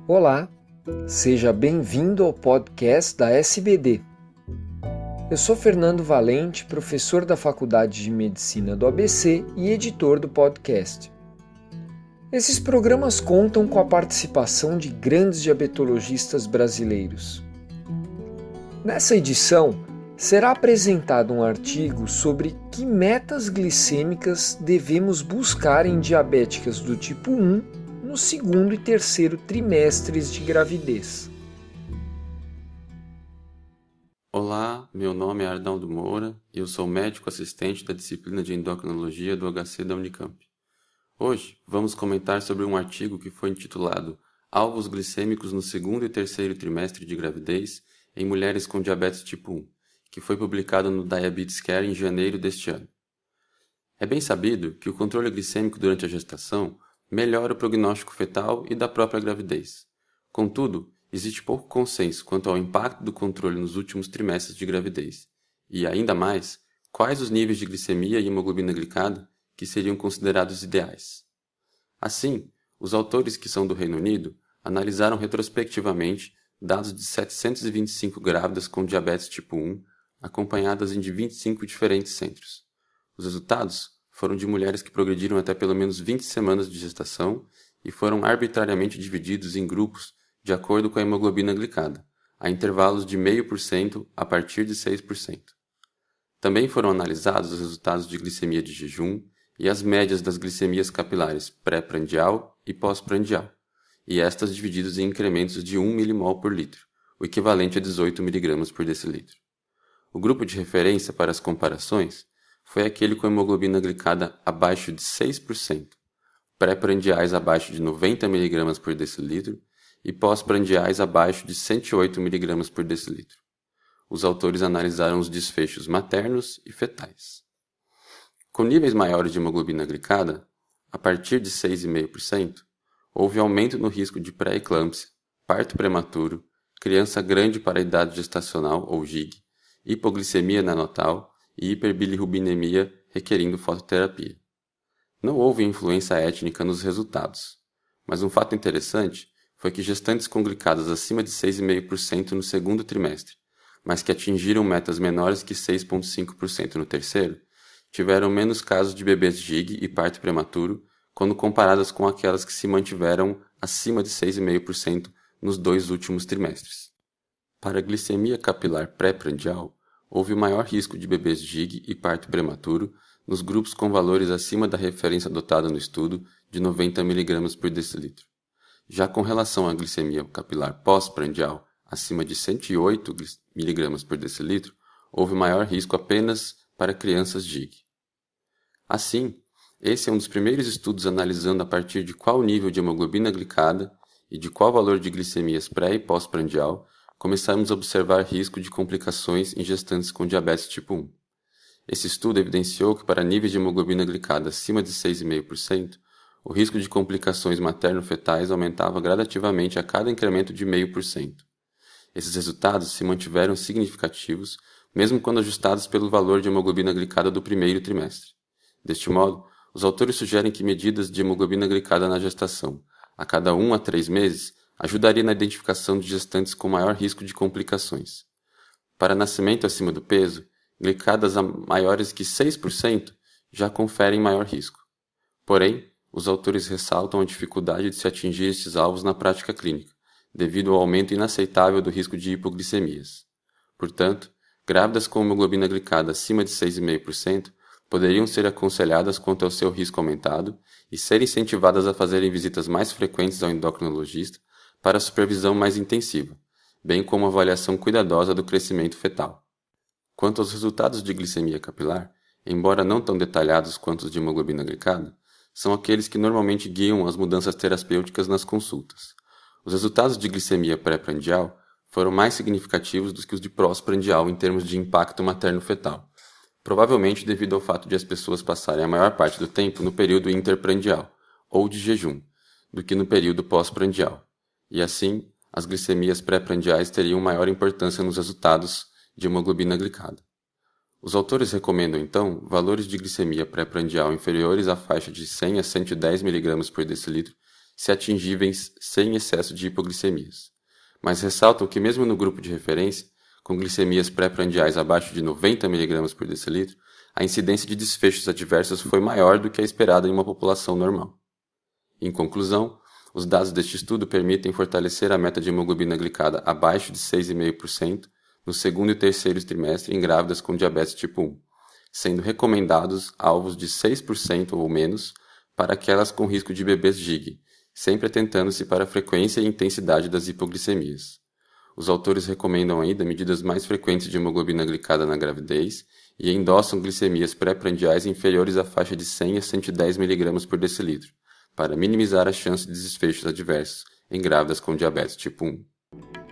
Olá, seja bem-vindo ao podcast da SBD. Eu sou Fernando Valente, professor da Faculdade de Medicina do ABC e editor do podcast. Esses programas contam com a participação de grandes diabetologistas brasileiros. Nessa edição, será apresentado um artigo sobre que metas glicêmicas devemos buscar em diabéticas do tipo 1 no segundo e terceiro trimestres de gravidez. Olá, meu nome é Arnaldo Moura e eu sou médico assistente da disciplina de endocrinologia do HC da Unicamp. Hoje vamos comentar sobre um artigo que foi intitulado Alvos glicêmicos no segundo e terceiro trimestre de gravidez em mulheres com diabetes tipo 1, que foi publicado no Diabetes Care em janeiro deste ano. É bem sabido que o controle glicêmico durante a gestação melhora o prognóstico fetal e da própria gravidez. Contudo, existe pouco consenso quanto ao impacto do controle nos últimos trimestres de gravidez, e, ainda mais, quais os níveis de glicemia e hemoglobina glicada que seriam considerados ideais. Assim, os autores que são do Reino Unido analisaram retrospectivamente dados de 725 grávidas com diabetes tipo 1, acompanhadas em de 25 diferentes centros. Os resultados foram de mulheres que progrediram até pelo menos 20 semanas de gestação e foram arbitrariamente divididos em grupos de acordo com a hemoglobina glicada, a intervalos de 0,5% a partir de 6%. Também foram analisados os resultados de glicemia de jejum e as médias das glicemias capilares pré-prandial e pós-prandial, e estas divididas em incrementos de 1 milimol por litro, o equivalente a 18 mg por decilitro. O grupo de referência para as comparações foi aquele com hemoglobina glicada abaixo de 6%, pré-prandiais abaixo de 90 mg por decilitro e pós-prandiais abaixo de 108 mg por decilitro. Os autores analisaram os desfechos maternos e fetais. Com níveis maiores de hemoglobina glicada, a partir de 6,5%, houve aumento no risco de pré-eclâmpsia, parto prematuro, criança grande para a idade gestacional ou GIG, hipoglicemia neonatal e hiperbilirrubinemia requerindo fototerapia. Não houve influência étnica nos resultados, mas um fato interessante foi que gestantes com glicadas acima de 6,5% no segundo trimestre, mas que atingiram metas menores que 6,5% no terceiro, tiveram menos casos de bebês GIG e parto prematuro quando comparadas com aquelas que se mantiveram acima de 6,5% nos dois últimos trimestres. Para a glicemia capilar pré-prandial, houve o maior risco de bebês GIG e parto prematuro nos grupos com valores acima da referência adotada no estudo de 90 mg por decilitro. Já com relação à glicemia capilar pós-prandial, acima de 108 mg por decilitro, houve maior risco apenas para crianças GIG. Assim, esse é um dos primeiros estudos analisando a partir de qual nível de hemoglobina glicada e de qual valor de glicemias pré- e pós-prandial começamos a observar risco de complicações em gestantes com diabetes tipo 1. Esse estudo evidenciou que para níveis de hemoglobina glicada acima de 6,5%, o risco de complicações materno-fetais aumentava gradativamente a cada incremento de 0,5%. Esses resultados se mantiveram significativos, mesmo quando ajustados pelo valor de hemoglobina glicada do primeiro trimestre. Deste modo, os autores sugerem que medidas de hemoglobina glicada na gestação, a cada 1 a 3 meses, ajudaria na identificação de gestantes com maior risco de complicações. Para nascimento acima do peso, glicadas maiores que 6% já conferem maior risco. Porém, os autores ressaltam a dificuldade de se atingir estes alvos na prática clínica, devido ao aumento inaceitável do risco de hipoglicemias. Portanto, grávidas com hemoglobina glicada acima de 6,5% poderiam ser aconselhadas quanto ao seu risco aumentado e ser incentivadas a fazerem visitas mais frequentes ao endocrinologista para supervisão mais intensiva, bem como avaliação cuidadosa do crescimento fetal. Quanto aos resultados de glicemia capilar, embora não tão detalhados quanto os de hemoglobina glicada, são aqueles que normalmente guiam as mudanças terapêuticas nas consultas. Os resultados de glicemia pré-prandial foram mais significativos do que os de pós-prandial em termos de impacto materno-fetal, provavelmente devido ao fato de as pessoas passarem a maior parte do tempo no período interprandial, ou de jejum, do que no período pós-prandial. E assim, as glicemias pré-prandiais teriam maior importância nos resultados de hemoglobina glicada. Os autores recomendam, então, valores de glicemia pré-prandial inferiores à faixa de 100 a 110 mg por decilitro se atingíveis sem excesso de hipoglicemias. Mas ressaltam que mesmo no grupo de referência, com glicemias pré-prandiais abaixo de 90 mg por decilitro, a incidência de desfechos adversos foi maior do que a esperada em uma população normal. Em conclusão, os dados deste estudo permitem fortalecer a meta de hemoglobina glicada abaixo de 6,5% no segundo e terceiro trimestre em grávidas com diabetes tipo 1, sendo recomendados alvos de 6% ou menos para aquelas com risco de bebês GIG, sempre atentando-se para a frequência e intensidade das hipoglicemias. Os autores recomendam ainda medidas mais frequentes de hemoglobina glicada na gravidez e endossam glicemias pré-prandiais inferiores à faixa de 100 a 110 mg por decilitro, para minimizar a chance de desfechos adversos em grávidas com diabetes tipo 1.